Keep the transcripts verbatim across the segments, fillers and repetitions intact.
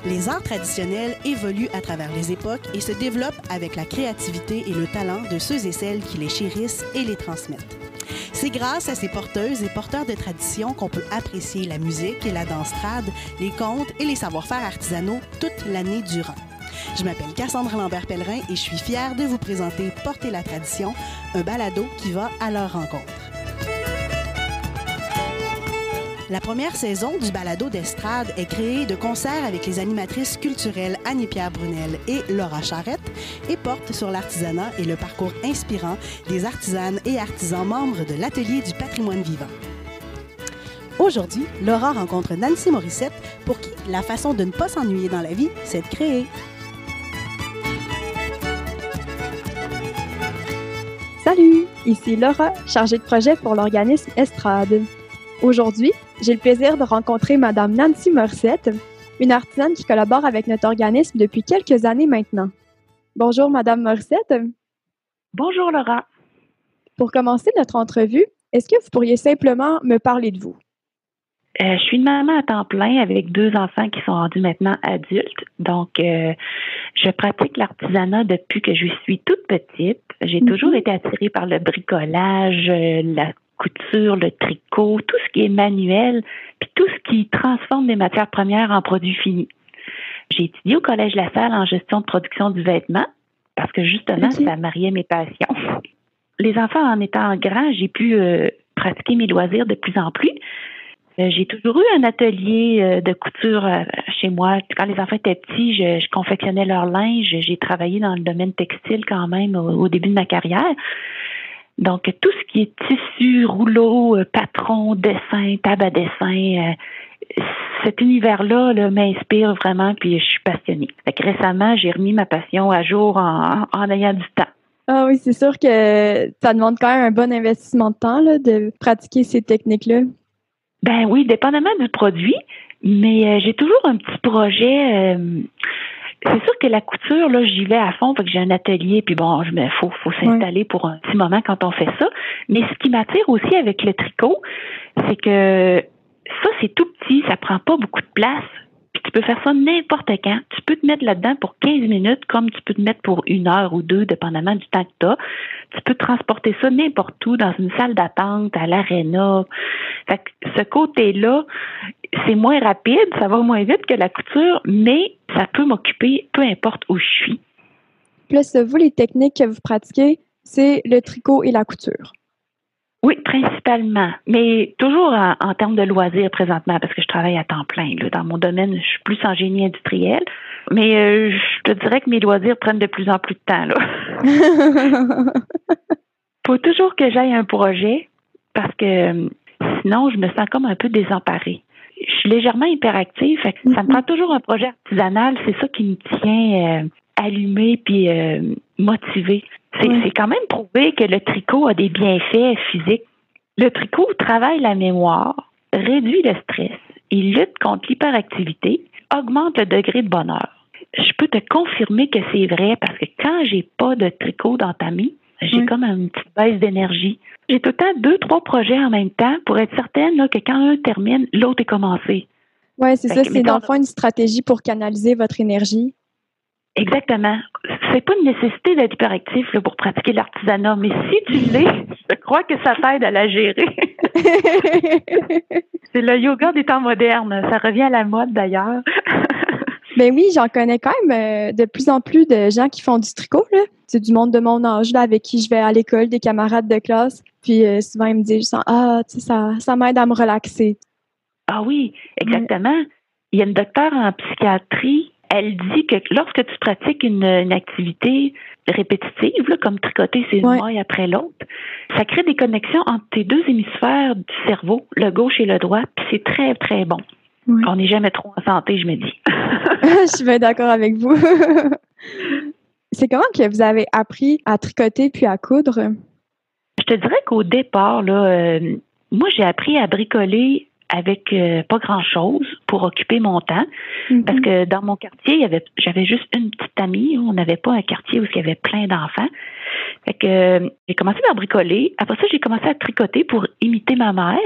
Les arts traditionnels évoluent à travers les époques et se développent avec la créativité et le talent de ceux et celles qui les chérissent et les transmettent. C'est grâce à ces porteuses et porteurs de traditions qu'on peut apprécier la musique et la danse trad, les contes et les savoir-faire artisanaux toute l'année durant. Je m'appelle Cassandre Lambert-Pellerin et je suis fière de vous présenter Porter la tradition, un balado qui va à leur rencontre. La première saison du balado d'estrade est créée de concert avec les animatrices culturelles Annie-Pierre Brunel et Laura Charette et porte sur l'artisanat et le parcours inspirant des artisanes et artisans membres de l'Atelier du patrimoine vivant. Aujourd'hui, Laura rencontre Nancy Morissette pour qui la façon de ne pas s'ennuyer dans la vie, c'est de créer. Salut, ici Laura, chargée de projet pour l'organisme Estrade. Aujourd'hui, j'ai le plaisir de rencontrer Madame Nancy Morissette, une artisane qui collabore avec notre organisme depuis quelques années maintenant. Bonjour Madame Morissette. Bonjour Laura. Pour commencer notre entrevue, est-ce que vous pourriez simplement me parler de vous? Euh, je suis une maman à temps plein avec deux enfants qui sont rendus maintenant adultes. Donc, euh, je pratique l'artisanat depuis que je suis toute petite. J'ai mm-hmm. toujours été attirée par le bricolage, euh, la couture, le tricot, tout ce qui est manuel, puis tout ce qui transforme des matières premières en produits finis. J'ai étudié au Collège La Salle en gestion de production du vêtement parce que justement, okay. ça mariait mes passions. Les enfants, en étant grands, j'ai pu euh, pratiquer mes loisirs de plus en plus. Euh, j'ai toujours eu un atelier euh, de couture euh, chez moi. Quand les enfants étaient petits, je, je confectionnais leur linge. J'ai travaillé dans le domaine textile quand même au, au début de ma carrière. Donc, tout ce qui est tissu, rouleau, patron, dessin, table à dessin, euh, cet univers-là là, m'inspire vraiment, puis je suis passionnée. Fait que récemment, j'ai remis ma passion à jour en, en ayant du temps. Ah oui, c'est sûr que ça demande quand même un bon investissement de temps là, de pratiquer ces techniques-là. Ben oui, dépendamment du produit, mais euh, j'ai toujours un petit projet... Euh, C'est sûr que la couture, là, j'y vais à fond, fait que j'ai un atelier, puis bon, je me faut, faut s'installer oui. pour un petit moment quand on fait ça. Mais ce qui m'attire aussi avec le tricot, c'est que ça, c'est tout petit, ça prend pas beaucoup de place, puis tu peux faire ça n'importe quand. Tu peux te mettre là-dedans pour quinze minutes, comme tu peux te mettre pour une heure ou deux, dépendamment du temps que tu as. Tu peux transporter ça n'importe où, dans une salle d'attente, à l'aréna. Fait que ce côté-là, c'est moins rapide, ça va moins vite que la couture, mais ça peut m'occuper peu importe où je suis. Plus, vous, les techniques que vous pratiquez, c'est le tricot et la couture. Oui, principalement, mais toujours en, en termes de loisirs présentement, parce que je travaille à temps plein. Là. Dans mon domaine, je suis plus en génie industriel, mais euh, je te dirais que mes loisirs prennent de plus en plus de temps. Là. Faut toujours que j'aille un projet, parce que sinon, je me sens comme un peu désemparée. Je suis légèrement hyperactive, fait que mm-hmm. ça me prend toujours un projet artisanal, c'est ça qui me tient euh, allumée puis euh, motivée. C'est, mm. c'est quand même prouvé que le tricot a des bienfaits physiques. Le tricot travaille la mémoire, réduit le stress, il lutte contre l'hyperactivité, augmente le degré de bonheur. Je peux te confirmer que c'est vrai parce que quand j'ai pas de tricot d'entamé, j'ai mm. comme une petite baisse d'énergie. J'ai tout le temps deux, trois projets en même temps pour être certaine là, que quand un termine, l'autre est commencé. Oui, c'est fait ça. Que, c'est dans le fond une stratégie pour canaliser votre énergie. Exactement. C'est pas une nécessité d'être hyperactif là, pour pratiquer l'artisanat, mais si tu l'es, je crois que ça t'aide à la gérer. C'est le yoga des temps modernes. Ça revient à la mode d'ailleurs. Ben oui, j'en connais quand même euh, de plus en plus de gens qui font du tricot, là. C'est du monde de mon âge, là, avec qui je vais à l'école, des camarades de classe. Puis euh, souvent, ils me disent, ah, tu sais, ça, ça m'aide à me relaxer. Ah oui, exactement. Ouais. Il y a une docteure en psychiatrie, elle dit que lorsque tu pratiques une, une activité répétitive, là, comme tricoter ses ouais. mailles après l'autre, ça crée des connexions entre tes deux hémisphères du cerveau, le gauche et le droit, puis c'est très, très bon. Oui. On n'est jamais trop en santé, je me dis. Je suis bien d'accord avec vous. C'est comment que vous avez appris à tricoter puis à coudre? Je te dirais qu'au départ, là, euh, moi, j'ai appris à bricoler avec euh, pas grand-chose pour occuper mon temps. Mm-hmm. Parce que dans mon quartier, il y avait, j'avais juste une petite amie. On n'avait pas un quartier où il y avait plein d'enfants. Fait que euh, j'ai commencé par bricoler. Après ça, j'ai commencé à tricoter pour imiter ma mère.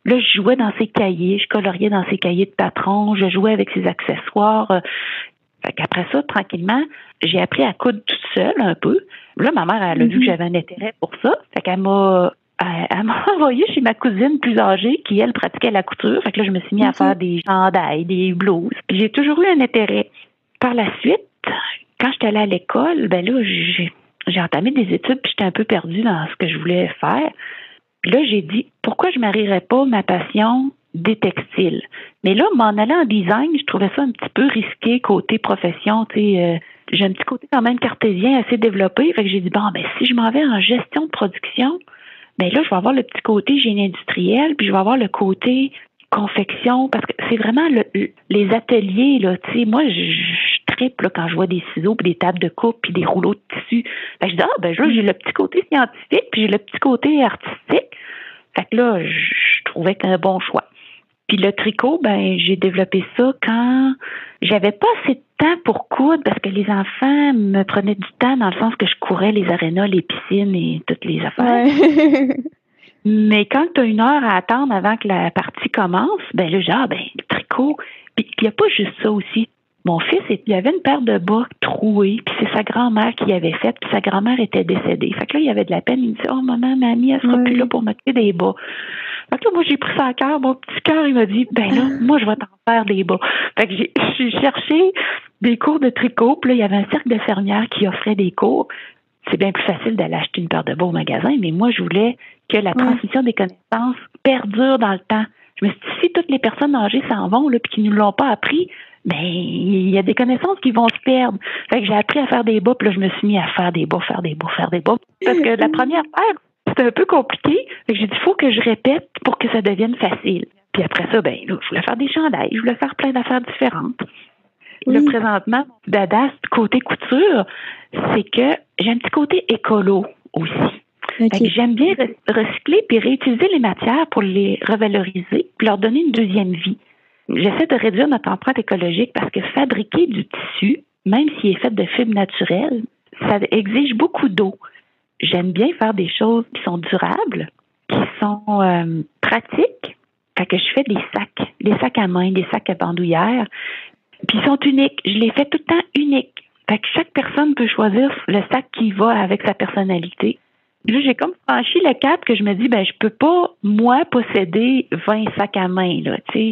Là, je jouais dans ses cahiers, je coloriais dans ses cahiers de patron, je jouais avec ses accessoires. Euh, fait qu'après ça, tranquillement, j'ai appris à coudre toute seule un peu. Là, ma mère, elle a mm-hmm. vu que j'avais un intérêt pour ça. Fait qu'elle m'a, elle, elle m'a envoyé chez ma cousine plus âgée qui, elle, pratiquait la couture. Fait que là, je me suis mis mm-hmm. à faire des chandails, des blouses. Puis j'ai toujours eu un intérêt. Par la suite, quand j'étais allée à l'école, ben là, j'ai, j'ai entamé des études puis j'étais un peu perdue dans ce que je voulais faire. Puis là, j'ai dit, pourquoi je ne marierais pas ma passion des textiles? Mais là, m'en allant en design, je trouvais ça un petit peu risqué côté profession. Tu sais, euh, j'ai un petit côté quand même cartésien assez développé. Fait que j'ai dit, bon, ben si je m'en vais en gestion de production, ben là, je vais avoir le petit côté génie industriel, puis je vais avoir le côté confection, parce que c'est vraiment le, le, les ateliers, là, tu sais, moi, je, je tripe là, quand je vois des ciseaux, puis des tables de coupe, puis des rouleaux de tissu. Fait que je dis, ah, ben là, j'ai le petit côté scientifique, puis j'ai le petit côté artistique. Fait que là, je, je trouvais que c'était un bon choix. Puis le tricot, ben j'ai développé ça quand j'avais pas assez de temps pour coudre, parce que les enfants me prenaient du temps, dans le sens que je courais les arénas, les piscines et toutes les affaires. Ouais. Mais quand tu as une heure à attendre avant que la partie commence, ben là, genre, ben, le tricot. Puis il n'y a pas juste ça aussi. Mon fils, il avait une paire de bas troués, puis c'est sa grand-mère qui l'avait faite, puis sa grand-mère était décédée. Fait que là, il avait de la peine. Il me dit, oh, maman, mamie, elle sera oui. plus là pour m'occuper des bas. Fait que là, moi, j'ai pris ça à cœur. Mon petit cœur, il m'a dit, ben là, moi, je vais t'en faire des bas. Fait que j'ai, j'ai cherché des cours de tricot, puis là, il y avait un cercle de fermières qui offrait des cours. C'est bien plus facile d'aller acheter une paire de bas au magasin, mais moi, je voulais que la transmission des connaissances perdure dans le temps. Je me suis dit, si toutes les personnes âgées s'en vont, là, puis qui ne nous l'ont pas appris, ben, il y a des connaissances qui vont se perdre. Fait que j'ai appris à faire des bas, puis là, je me suis mis à faire des bas, faire des bas, faire des bas. Parce que la première paire, c'était un peu compliqué. Fait que j'ai dit, il faut que je répète pour que ça devienne facile. Puis après ça, ben, là, je voulais faire des chandails, je voulais faire plein d'affaires différentes. Oui. Là, présentement, dada, côté couture, c'est que j'ai un petit côté écolo aussi. Okay. Fait que j'aime bien recycler puis réutiliser les matières pour les revaloriser puis leur donner une deuxième vie. J'essaie de réduire notre empreinte écologique parce que fabriquer du tissu, même s'il est fait de fibres naturelles, ça exige beaucoup d'eau. J'aime bien faire des choses qui sont durables, qui sont euh, pratiques. Fait que je fais des sacs, des sacs à main, des sacs à bandoulière. Puis ils sont uniques. Je les fais tout le temps uniques. Fait que chaque personne peut choisir le sac qui va avec sa personnalité. Là, j'ai comme franchi le cap que je me dis, ben, je peux pas, moi, posséder vingt sacs à main, là, tu sais.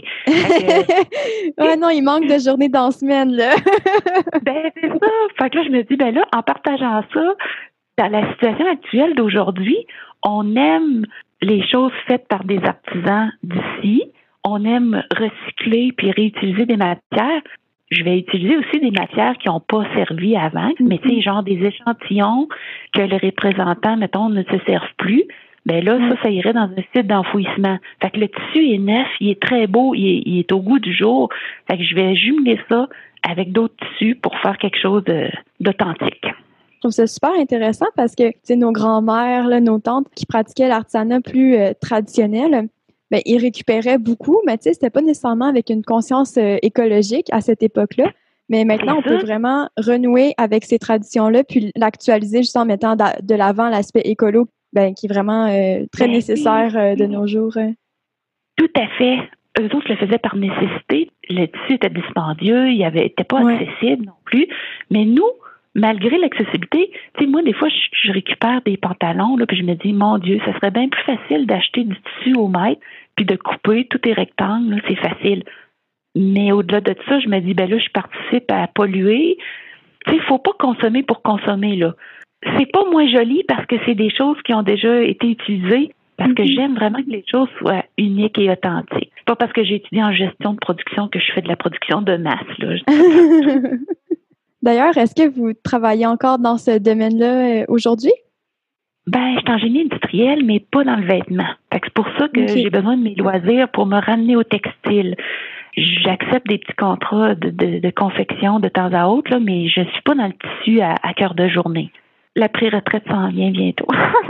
Que... ouais, non, il manque de journées dans la semaine, là. Ben, c'est ça. Fait que là, je me dis, ben là, en partageant ça, dans la situation actuelle d'aujourd'hui, on aime les choses faites par des artisans d'ici. On aime recycler puis réutiliser des matières. Je vais utiliser aussi des matières qui n'ont pas servi avant, mm-hmm. mais tu sais, genre des échantillons que les représentants, mettons, ne se servent plus. Ben là, mm-hmm. ça, ça irait dans un site d'enfouissement. Fait que le tissu est neuf, il est très beau, il est, il est au goût du jour. Fait que je vais jumeler ça avec d'autres tissus pour faire quelque chose de, d'authentique. Je trouve ça super intéressant parce que, tu sais, nos grands-mères, là, nos tantes qui pratiquaient l'artisanat plus euh, traditionnel, ben, ils récupéraient beaucoup, mais tu sais, c'était pas nécessairement avec une conscience euh, écologique à cette époque-là. Mais maintenant, on peut vraiment renouer avec ces traditions-là, puis l'actualiser juste en mettant da- de l'avant l'aspect écolo, ben, qui est vraiment euh, très ben, nécessaire euh, de nos jours. Tout à fait. Eux autres le faisaient par nécessité. Le tissu était dispendieux, il n'était pas ouais. accessible non plus. Mais nous, malgré l'accessibilité, tu sais, moi, des fois, je, je récupère des pantalons, là, puis je me dis, mon Dieu, ça serait bien plus facile d'acheter du tissu au mètre, puis de couper, tout est rectangle, là, c'est facile. Mais au-delà de ça, je me dis, ben là, je participe à polluer. Tu sais, il faut pas consommer pour consommer, là. C'est pas moins joli parce que c'est des choses qui ont déjà été utilisées, parce que mm-hmm. j'aime vraiment que les choses soient uniques et authentiques. C'est pas parce que j'ai étudié en gestion de production que je fais de la production de masse, là. D'ailleurs, est-ce que vous travaillez encore dans ce domaine-là euh, aujourd'hui? Ben, je suis en génie industriel, mais pas dans le vêtement. Fait que c'est pour ça que okay. j'ai besoin de mes loisirs pour me ramener au textile. J'accepte des petits contrats de, de, de confection de temps à autre, là, mais je suis pas dans le tissu à, à cœur de journée. La pré-retraite s'en vient bientôt.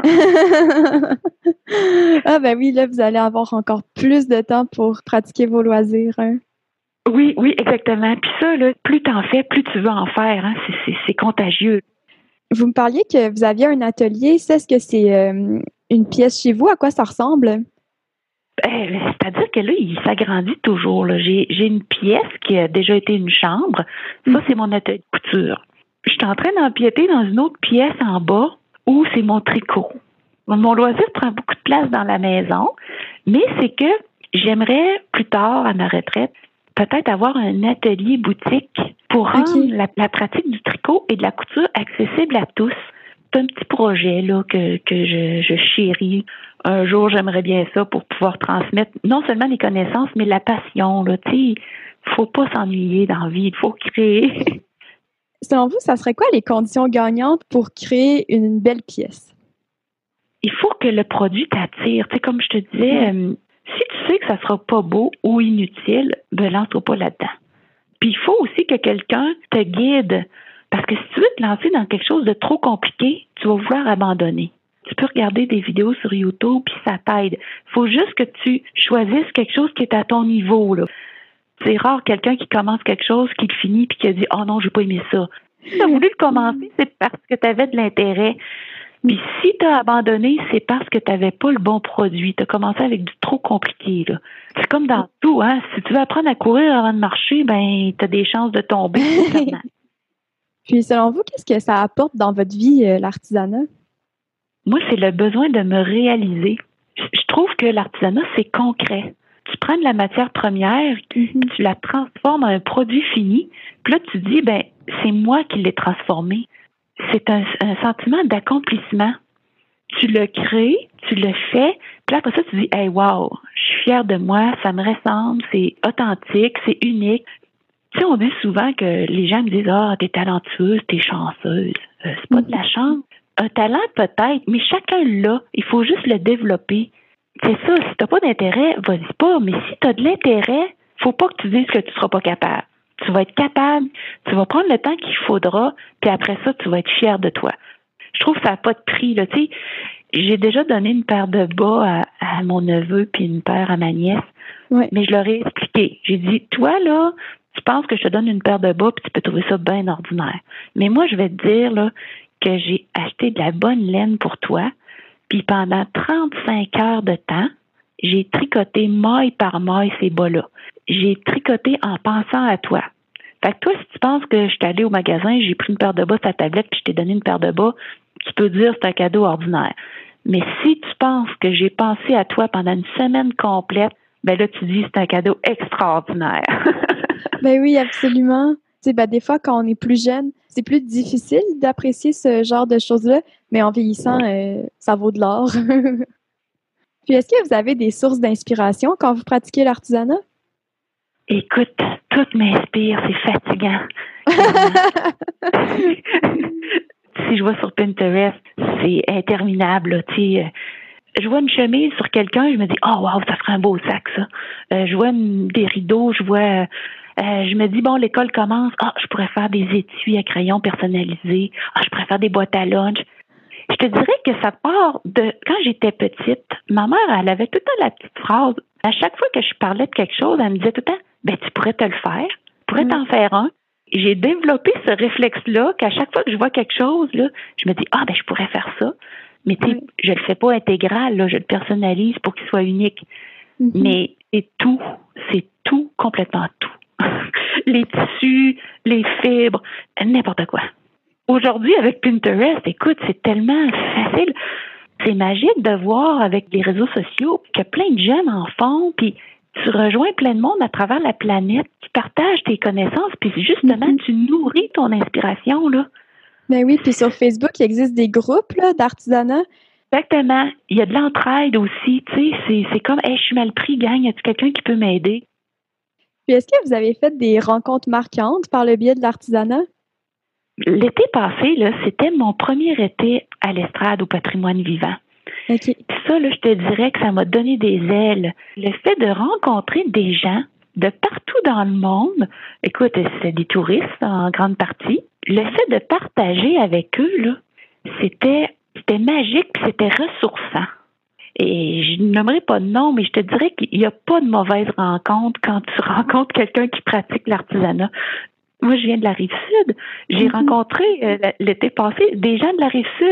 Ah ben oui, là, vous allez avoir encore plus de temps pour pratiquer vos loisirs. Hein? Oui, oui, exactement. Puis ça, là, plus t'en fais, plus tu veux en faire. Hein? C'est, c'est, c'est contagieux. Vous me parliez que vous aviez un atelier. Est-ce que c'est euh, une pièce chez vous? À quoi ça ressemble? Ben, c'est-à-dire que là, il s'agrandit toujours. Là. J'ai, j'ai une pièce qui a déjà été une chambre. Ça, c'est mon atelier de couture. Je suis en train d'empiéter dans une autre pièce en bas où c'est mon tricot. Mon loisir prend beaucoup de place dans la maison, mais c'est que j'aimerais plus tard, à ma retraite, peut-être avoir un atelier boutique pour rendre okay. la, la pratique du tricot et de la couture accessible à tous. C'est un petit projet là que, que je, je chéris. Un jour, j'aimerais bien ça pour pouvoir transmettre non seulement les connaissances, mais la passion. Là. Tu sais, faut pas s'ennuyer dans la vie, il faut créer. Selon vous, ça serait quoi les conditions gagnantes pour créer une belle pièce? Il faut que le produit t'attire. Tu sais, comme je te disais, mmh. euh, si tu sais que ça sera pas beau ou inutile, ben lance-toi pas là-dedans. Puis il faut aussi que quelqu'un te guide. Parce que si tu veux te lancer dans quelque chose de trop compliqué, tu vas vouloir abandonner. Tu peux regarder des vidéos sur YouTube, puis ça t'aide. Il faut juste que tu choisisses quelque chose qui est à ton niveau, là. C'est rare quelqu'un qui commence quelque chose, qui le finit, puis qui a dit « Oh non, j'ai pas aimé ça ». Si tu as voulu le commencer, c'est parce que tu avais de l'intérêt. Puis si tu as abandonné, c'est parce que tu n'avais pas le bon produit. Tu as commencé avec du trop compliqué, là. C'est comme dans tout, hein. Si tu veux apprendre à courir avant de marcher, ben tu as des chances de tomber. Puis selon vous, qu'est-ce que ça apporte dans votre vie, euh, l'artisanat? Moi, c'est le besoin de me réaliser. Je trouve que l'artisanat, c'est concret. Tu prends de la matière première, mm-hmm. tu la transformes en un produit fini, puis là, tu dis, ben c'est moi qui l'ai transformé. C'est un, un sentiment d'accomplissement. Tu le crées, tu le fais, puis là, après ça, tu dis, hey, wow, je suis fière de moi, ça me ressemble, c'est authentique, c'est unique. Tu sais, on dit souvent que les gens me disent, ah, oh, t'es talentueuse, t'es chanceuse. Euh, c'est pas de la chance. Un talent peut-être, mais chacun l'a. Il faut juste le développer. C'est ça, si t'as pas d'intérêt, vas-y pas. Mais si t'as de l'intérêt, faut pas que tu dises que tu seras pas capable. Tu vas être capable, tu vas prendre le temps qu'il faudra, puis après ça, tu vas être fier de toi. Je trouve que ça n'a pas de prix, là. Tu sais, j'ai déjà donné une paire de bas à, à mon neveu puis une paire à ma nièce, ouais. Mais je leur ai expliqué. J'ai dit, toi, là, tu penses que je te donne une paire de bas puis tu peux trouver ça bien ordinaire. Mais moi, je vais te dire, là, que j'ai acheté de la bonne laine pour toi, puis pendant trente-cinq heures de temps, j'ai tricoté maille par maille ces bas-là. J'ai tricoté en pensant à toi. Fait que toi, si tu penses que je suis allée au magasin, j'ai pris une paire de bas sur ta tablette, puis je t'ai donné une paire de bas, tu peux dire que c'est un cadeau ordinaire. Mais si tu penses que j'ai pensé à toi pendant une semaine complète, ben là, tu dis que c'est un cadeau extraordinaire. Ben oui, absolument. Tu sais, ben des fois, quand on est plus jeune, c'est plus difficile d'apprécier ce genre de choses-là, mais en vieillissant, euh, ça vaut de l'or. Puis, est-ce que vous avez des sources d'inspiration quand vous pratiquez l'artisanat? Écoute, tout m'inspire, c'est fatigant. Si je vois sur Pinterest, c'est interminable. Tu sais, je vois une chemise sur quelqu'un, je me dis, oh wow, ça ferait un beau sac, ça. Euh, je vois une, des rideaux, je vois, euh, je me dis, bon, l'école commence, ah, oh, je pourrais faire des étuis à crayon personnalisés, ah, oh, je pourrais faire des boîtes à lunch. Je te dirais que ça part de quand j'étais petite. Ma mère, elle avait tout le temps la petite phrase. À chaque fois que je parlais de quelque chose, elle me disait tout le temps, ben tu pourrais te le faire, tu pourrais mmh. t'en faire un. Et j'ai développé ce réflexe-là qu'à chaque fois que je vois quelque chose, là, je me dis, ah ben je pourrais faire ça. Mais tu sais, mmh. je le fais pas intégral, là, je le personnalise pour qu'il soit unique. Mmh. Mais c'est tout, c'est tout, complètement tout. Les tissus, les fibres, n'importe quoi. Aujourd'hui, avec Pinterest, écoute, c'est tellement facile. C'est magique de voir avec les réseaux sociaux que plein de jeunes en font, puis tu rejoins plein de monde à travers la planète, tu partages tes connaissances, puis justement, mm-hmm. tu nourris ton inspiration, là. Ben oui, puis sur Facebook, il existe des groupes là, d'artisanat. Exactement. Il y a de l'entraide aussi, tu sais, c'est, c'est comme, hey, je suis mal pris, gang, y a-t-il quelqu'un qui peut m'aider? Puis est-ce que vous avez fait des rencontres marquantes par le biais de l'artisanat? L'été passé, là, c'était mon premier été à l'Estrade au patrimoine vivant. Okay. Puis ça, là, je te dirais que ça m'a donné des ailes. Le fait de rencontrer des gens de partout dans le monde, écoute, c'est des touristes en grande partie. Le fait de partager avec eux, là, c'était, c'était magique puis c'était ressourçant. Et je n'aimerais pas de nom, mais je te dirais qu'il n'y a pas de mauvaise rencontre quand tu rencontres quelqu'un qui pratique l'artisanat. Moi, je viens de la Rive-Sud. J'ai mm-hmm. rencontré euh, l'été passé des gens de la Rive-Sud.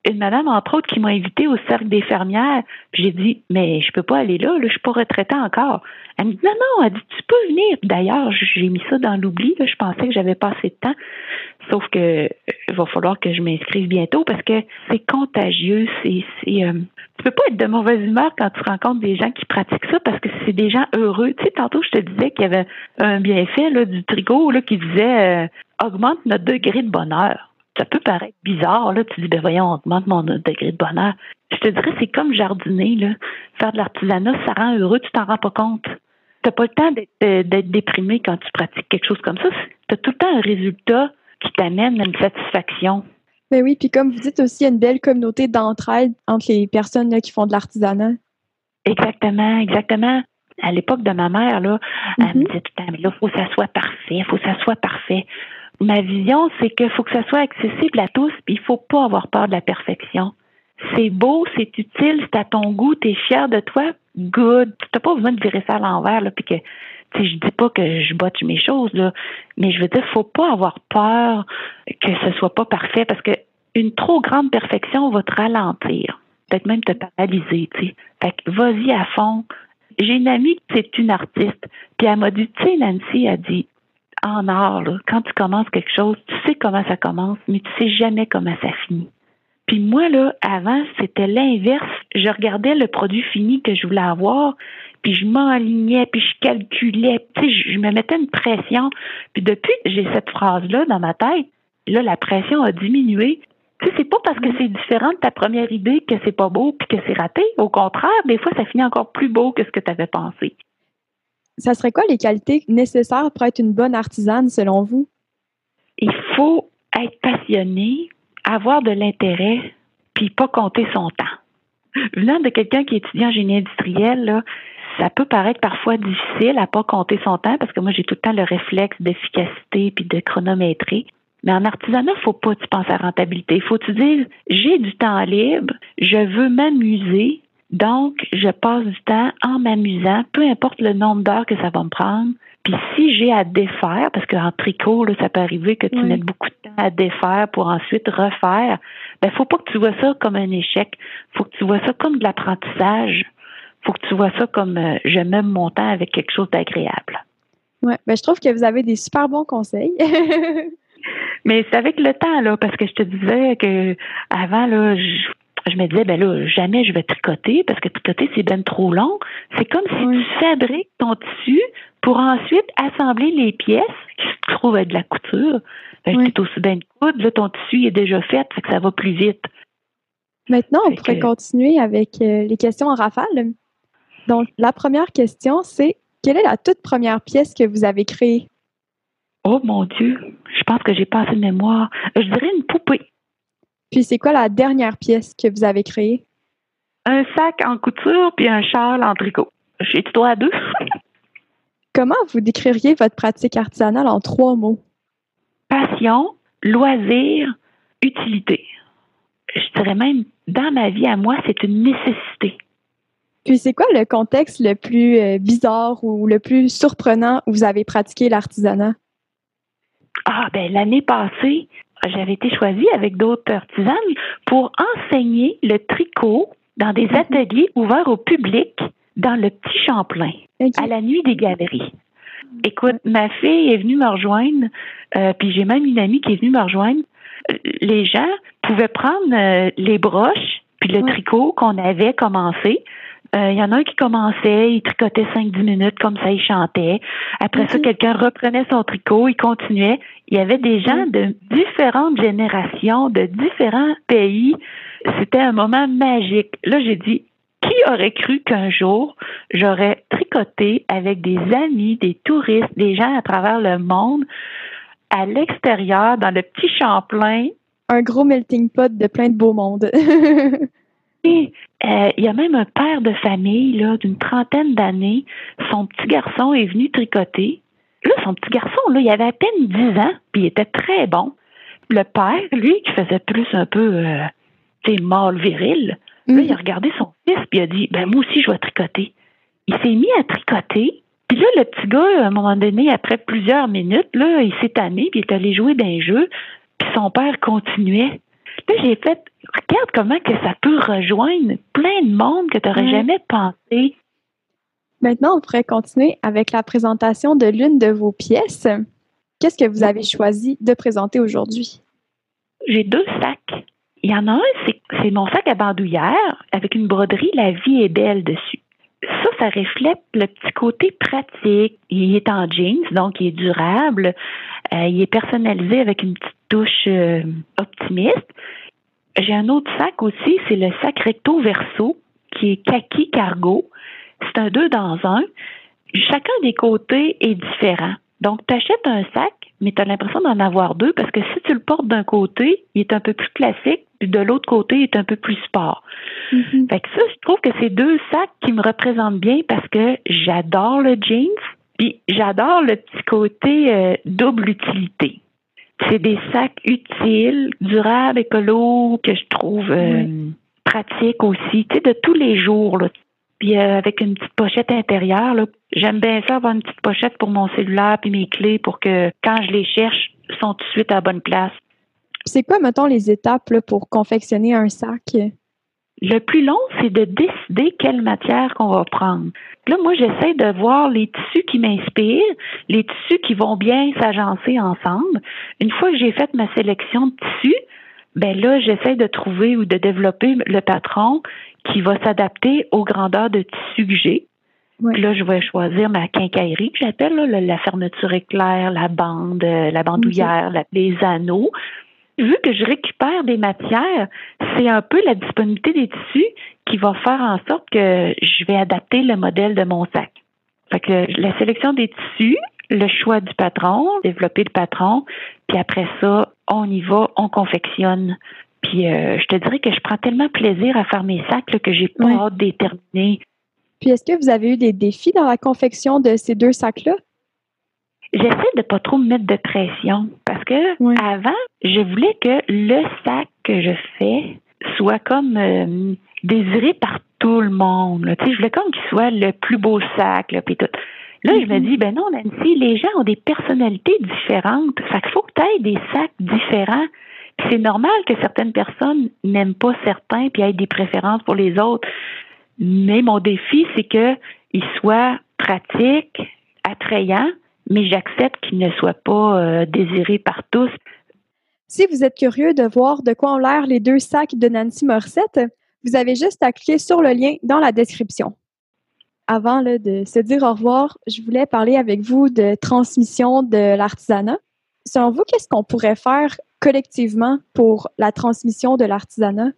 une madame, entre autres, qui m'a invitée au cercle des fermières. Puis j'ai dit, mais je peux pas aller là, là, je suis pas retraitée encore. Elle me dit, non, non, elle dit, tu peux venir. D'ailleurs, j'ai mis ça dans l'oubli, là, je pensais que j'avais pas assez de temps. Sauf que il va falloir que je m'inscrive bientôt parce que c'est contagieux. C'est, c'est, euh, tu peux pas être de mauvaise humeur quand tu rencontres des gens qui pratiquent ça parce que c'est des gens heureux. Tu sais, tantôt, je te disais qu'il y avait un bienfait là, du tricot là, qui disait euh, augmente notre degré de bonheur. Ça peut paraître bizarre, là. Tu dis, ben voyons, augmente mon degré de bonheur. Je te dirais, c'est comme jardiner, là. Faire de l'artisanat, ça rend heureux, tu t'en rends pas compte. T'as pas le temps d'être, d'être déprimé quand tu pratiques quelque chose comme ça. T'as tout le temps un résultat qui t'amène à une satisfaction. Ben oui, puis comme vous dites aussi, il y a une belle communauté d'entraide entre les personnes là, qui font de l'artisanat. Exactement, exactement. À l'époque de ma mère, là, mm-hmm. elle me disait tout le temps, mais là, il faut que ça soit parfait, il faut que ça soit parfait. Ma vision, c'est qu'il faut que ça soit accessible à tous, puis il faut pas avoir peur de la perfection. C'est beau, c'est utile, c'est à ton goût, tu es fier de toi, good. Tu n'as pas besoin de virer ça à l'envers, là, puis que, tu sais, je dis pas que je botche mes choses, là, mais je veux dire, faut pas avoir peur que ce soit pas parfait, parce que une trop grande perfection va te ralentir, peut-être même te paralyser, tu sais. Fait que vas-y à fond. J'ai une amie qui c'est une artiste, puis elle m'a dit, tu sais, Nancy, elle dit, en art, là, quand tu commences quelque chose, tu sais comment ça commence, mais tu sais jamais comment ça finit. Puis moi, là, avant, c'était l'inverse. Je regardais le produit fini que je voulais avoir, puis je m'enlignais, puis je calculais, tu sais, je, je me mettais une pression. Puis depuis que j'ai cette phrase-là dans ma tête, là, la pression a diminué. Tu sais, c'est pas parce que c'est différent de ta première idée que c'est pas beau puis que c'est raté. Au contraire, des fois, ça finit encore plus beau que ce que tu avais pensé. Ça serait quoi les qualités nécessaires pour être une bonne artisane, selon vous? Il faut être passionné, avoir de l'intérêt, puis pas compter son temps. Venant de quelqu'un qui étudie en génie industriel, là, ça peut paraître parfois difficile à pas compter son temps, parce que moi, j'ai tout le temps le réflexe d'efficacité puis de chronométrer. Mais en artisanat, il ne faut pas que tu penses à rentabilité. Il faut que tu dises, j'ai du temps libre, je veux m'amuser, donc je passe du temps en m'amusant, peu importe le nombre d'heures que ça va me prendre. Puis si j'ai à défaire, parce qu'en tricot, là, ça peut arriver que tu oui. mettes beaucoup de temps à défaire pour ensuite refaire, ben faut pas que tu vois ça comme un échec. Faut que tu vois ça comme de l'apprentissage. Faut que tu vois ça comme euh, je m'aime mon temps avec quelque chose d'agréable. Oui, ben je trouve que vous avez des super bons conseils. Mais c'est avec le temps, là, parce que je te disais que avant, là, je, je me disais, ben là, jamais je vais tricoter, parce que tricoter, c'est ben trop long. C'est comme si oui. tu fabriques ton tissu pour ensuite assembler les pièces qui se trouvent avec de la couture. Ben, oui. C'est aussi bien de coudre, là, ton tissu est déjà fait, fait que ça va plus vite. Maintenant, on fait pourrait que... continuer avec euh, les questions en rafale. Donc, la première question, c'est quelle est la toute première pièce que vous avez créée? Oh mon Dieu, je pense que j'ai pas assez de mémoire. Je dirais une poupée. Puis c'est quoi la dernière pièce que vous avez créée? Un sac en couture puis un châle en tricot. J'ai-tu droit à deux? Comment vous décririez votre pratique artisanale en trois mots? Passion, loisir, utilité. Je dirais même, dans ma vie à moi, c'est une nécessité. Puis c'est quoi le contexte le plus euh, bizarre ou le plus surprenant où vous avez pratiqué l'artisanat? Ah, ben l'année passée, j'avais été choisie avec d'autres artisanes pour enseigner le tricot dans des mm-hmm. ateliers ouverts au public dans le Petit Champlain, okay. à la Nuit des Galeries. Écoute, ma fille est venue me rejoindre, euh, puis j'ai même une amie qui est venue me rejoindre. Les gens pouvaient prendre euh, les broches puis le ouais. tricot qu'on avait commencé. Il euh, y en a un qui commençait, il tricotait cinq dix minutes, comme ça, il chantait. Après mm-hmm. ça, quelqu'un reprenait son tricot, il continuait. Il y avait des gens mm-hmm. de différentes générations, de différents pays. C'était un moment magique. Là, j'ai dit, qui aurait cru qu'un jour, j'aurais tricoté avec des amis, des touristes, des gens à travers le monde, à l'extérieur, dans le Petit Champlain. Un gros melting pot de plein de beau monde. Il euh, y a même un père de famille là, d'une trentaine d'années. Son petit garçon est venu tricoter. Là, son petit garçon, là, il avait à peine dix ans, puis il était très bon. Le père, lui, qui faisait plus un peu, euh, tu sais, mâle viril, mm. là, il a regardé son fils, puis il a dit, ben moi aussi, je vais tricoter. Il s'est mis à tricoter. Puis là, le petit gars, à un moment donné, après plusieurs minutes, là, il s'est tanné, puis il est allé jouer dans les jeux, puis son père continuait. Là, j'ai fait, regarde comment que ça peut rejoindre plein de monde que tu n'aurais Ouais. jamais pensé. Maintenant, on pourrait continuer avec la présentation de l'une de vos pièces. Qu'est-ce que vous avez choisi de présenter aujourd'hui? J'ai deux sacs. Il y en a un, c'est, c'est mon sac à bandoulière avec une broderie « La vie est belle » dessus. Ça, ça reflète le petit côté pratique. Il est en jeans, donc il est durable. Euh, il est personnalisé avec une petite touche euh, optimiste. J'ai un autre sac aussi, c'est le sac recto verso, qui est kaki cargo. C'est un deux dans un. Chacun des côtés est différent. Donc, tu achètes un sac, mais tu as l'impression d'en avoir deux parce que si tu le portes d'un côté, il est un peu plus classique, puis de l'autre côté, il est un peu plus sport. Mm-hmm. Fait que ça, je trouve que c'est deux sacs qui me représentent bien parce que j'adore le jeans, puis j'adore le petit côté euh, double utilité. C'est des sacs utiles, durables, écolos, que je trouve euh, Oui. pratiques aussi, tu sais, de tous les jours, là. Puis euh, avec une petite pochette intérieure, là. J'aime bien ça avoir une petite pochette pour mon cellulaire puis mes clés pour que quand je les cherche, ils sont tout de suite à la bonne place. C'est quoi, mettons, les étapes là, pour confectionner un sac? Le plus long, c'est de décider quelle matière qu'on va prendre. Là, moi, j'essaie de voir les tissus qui m'inspirent, les tissus qui vont bien s'agencer ensemble. Une fois que j'ai fait ma sélection de tissus, ben là, j'essaie de trouver ou de développer le patron qui va s'adapter aux grandeurs de tissu que j'ai. Ouais. Puis là, je vais choisir ma quincaillerie que j'appelle, là, la, la fermeture éclair, la bande, euh, la bandoulière, la, les anneaux. Vu que je récupère des matières, c'est un peu la disponibilité des tissus qui va faire en sorte que je vais adapter le modèle de mon sac. Fait que la sélection des tissus, le choix du patron, développer le patron, puis après ça, on y va, on confectionne. Puis euh, je te dirais que je prends tellement plaisir à faire mes sacs là, que j'ai pas Ouais. hâte de les terminer. Puis est-ce que vous avez eu des défis dans la confection de ces deux sacs-là? J'essaie de pas trop me mettre de pression parce que Oui. avant, je voulais que le sac que je fais soit comme euh, désiré par tout le monde. Là. Tu sais, je voulais comme qu'il soit le plus beau sac, là, puis tout. Là, mm-hmm. je me dis, ben non, Nancy, les gens ont des personnalités différentes. Fait qu'il faut que tu aies des sacs différents. Puis c'est normal que certaines personnes n'aiment pas certains puis aient des préférences pour les autres. Mais mon défi, c'est que il soit pratique, attrayant, mais j'accepte qu'il ne soit pas euh, désiré par tous. Si vous êtes curieux de voir de quoi ont l'air les deux sacs de Nancy Morissette, vous avez juste à cliquer sur le lien dans la description. Avant là, de se dire au revoir, je voulais parler avec vous de transmission de l'artisanat. Selon vous, qu'est-ce qu'on pourrait faire collectivement pour la transmission de l'artisanat?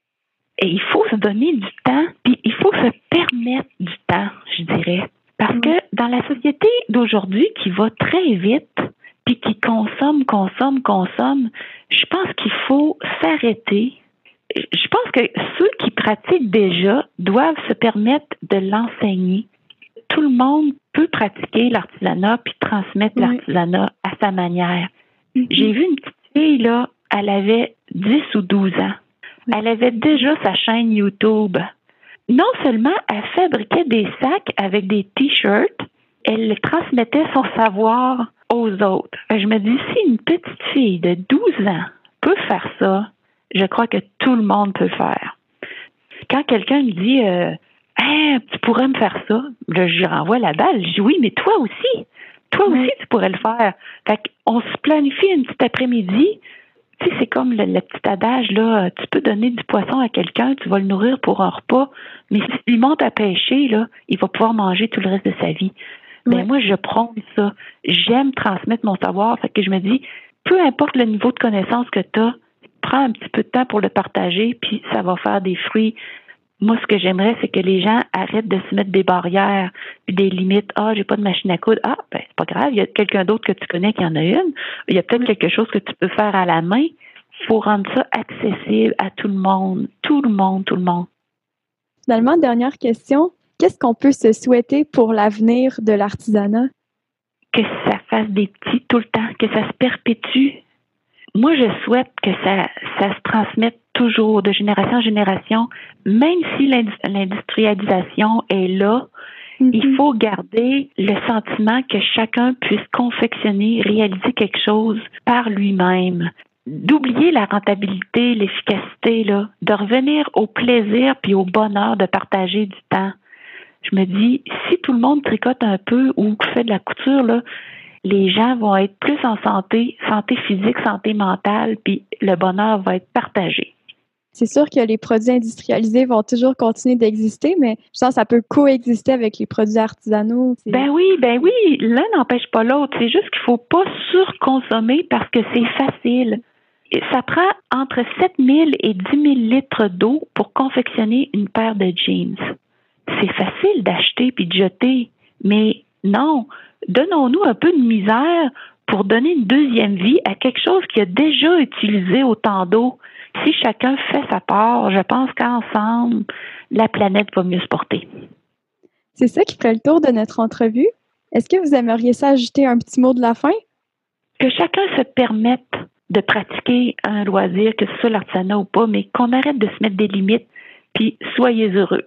Et il faut se donner du temps, puis il faut se permettre du temps, je dirais. Parce que dans la société d'aujourd'hui qui va très vite, puis qui consomme, consomme, consomme, je pense qu'il faut s'arrêter. Je pense que ceux qui pratiquent déjà doivent se permettre de l'enseigner. Tout le monde peut pratiquer l'artisanat puis transmettre oui. l'artisanat à sa manière. Mm-hmm. J'ai vu une petite fille, là, elle avait dix ou douze ans. Oui. Elle avait déjà sa chaîne YouTube. Non seulement elle fabriquait des sacs avec des t-shirts, elle transmettait son savoir aux autres. Je me dis, si une petite fille de douze ans peut faire ça, je crois que tout le monde peut le faire. Quand quelqu'un me dit euh, hey, tu pourrais me faire ça, là, je renvoie la balle. Je dis oui, mais toi aussi. Toi oui. aussi, tu pourrais le faire. Fait qu'on se planifie une petite après-midi. Tu sais, c'est comme le, le petit adage, là, tu peux donner du poisson à quelqu'un, tu vas le nourrir pour un repas, mais s'il monte à pêcher, là, il va pouvoir manger tout le reste de sa vie. Ben ouais. moi, je prône ça. J'aime transmettre mon savoir. Fait que je me dis, peu importe le niveau de connaissance que tu as, prends un petit peu de temps pour le partager, puis ça va faire des fruits. Moi, ce que j'aimerais, c'est que les gens arrêtent de se mettre des barrières, puis des limites. Ah, j'ai pas de machine à coudre. Ah, ben c'est pas grave. Il y a quelqu'un d'autre que tu connais qui en a une. Il y a peut-être quelque chose que tu peux faire à la main. Il faut rendre ça accessible à tout le monde. Tout le monde, tout le monde. Finalement, dernière question. Qu'est-ce qu'on peut se souhaiter pour l'avenir de l'artisanat? Que ça fasse des petits tout le temps, que ça se perpétue. Moi, je souhaite que ça, ça se transmette toujours de génération en génération, même si l'industrialisation est là. Mm-hmm. Il faut garder le sentiment que chacun puisse confectionner, réaliser quelque chose par lui-même. d'oublier la rentabilité, l'efficacité, là, de revenir au plaisir puis au bonheur de partager du temps. Je me dis, si tout le monde tricote un peu ou fait de la couture, là, les gens vont être plus en santé, santé physique, santé mentale, puis le bonheur va être partagé. C'est sûr que les produits industrialisés vont toujours continuer d'exister, mais je pense que ça peut coexister avec les produits artisanaux. C'est... Ben oui, ben oui, l'un n'empêche pas l'autre. C'est juste qu'il faut pas surconsommer parce que c'est facile. Ça prend entre sept mille et dix mille litres d'eau pour confectionner une paire de jeans. C'est facile d'acheter puis de jeter, mais non, donnons-nous un peu de misère pour donner une deuxième vie à quelque chose qui a déjà utilisé autant d'eau. Si chacun fait sa part, je pense qu'ensemble, la planète va mieux se porter. C'est ça qui fait le tour de notre entrevue. Est-ce que vous aimeriez ça ajouter un petit mot de la fin? Que chacun se permette de pratiquer un loisir, que ce soit l'artisanat ou pas, mais qu'on arrête de se mettre des limites, puis soyez heureux.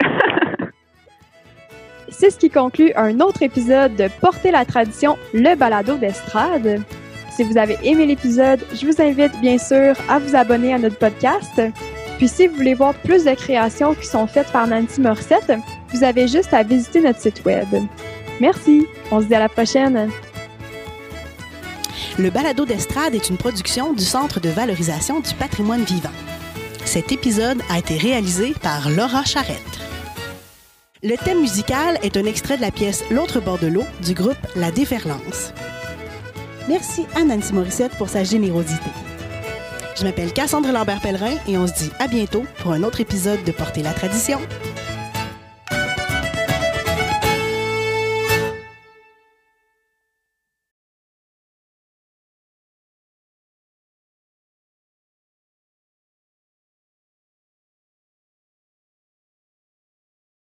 C'est ce qui conclut un autre épisode de Porter la tradition, le balado d'estrade. Si vous avez aimé l'épisode, je vous invite bien sûr à vous abonner à notre podcast. Puis si vous voulez voir plus de créations qui sont faites par Nancy Morissette, vous avez juste à visiter notre site web. Merci, on se dit à la prochaine. Le balado d'estrade est une production du Centre de valorisation du patrimoine vivant. Cet épisode a été réalisé par Laura Charette. Le thème musical est un extrait de la pièce L'autre bord de l'eau du groupe La Déferlance. Merci à Nancy Morissette pour sa générosité. Je m'appelle Cassandre Lambert-Pellerin et on se dit à bientôt pour un autre épisode de Porter la tradition.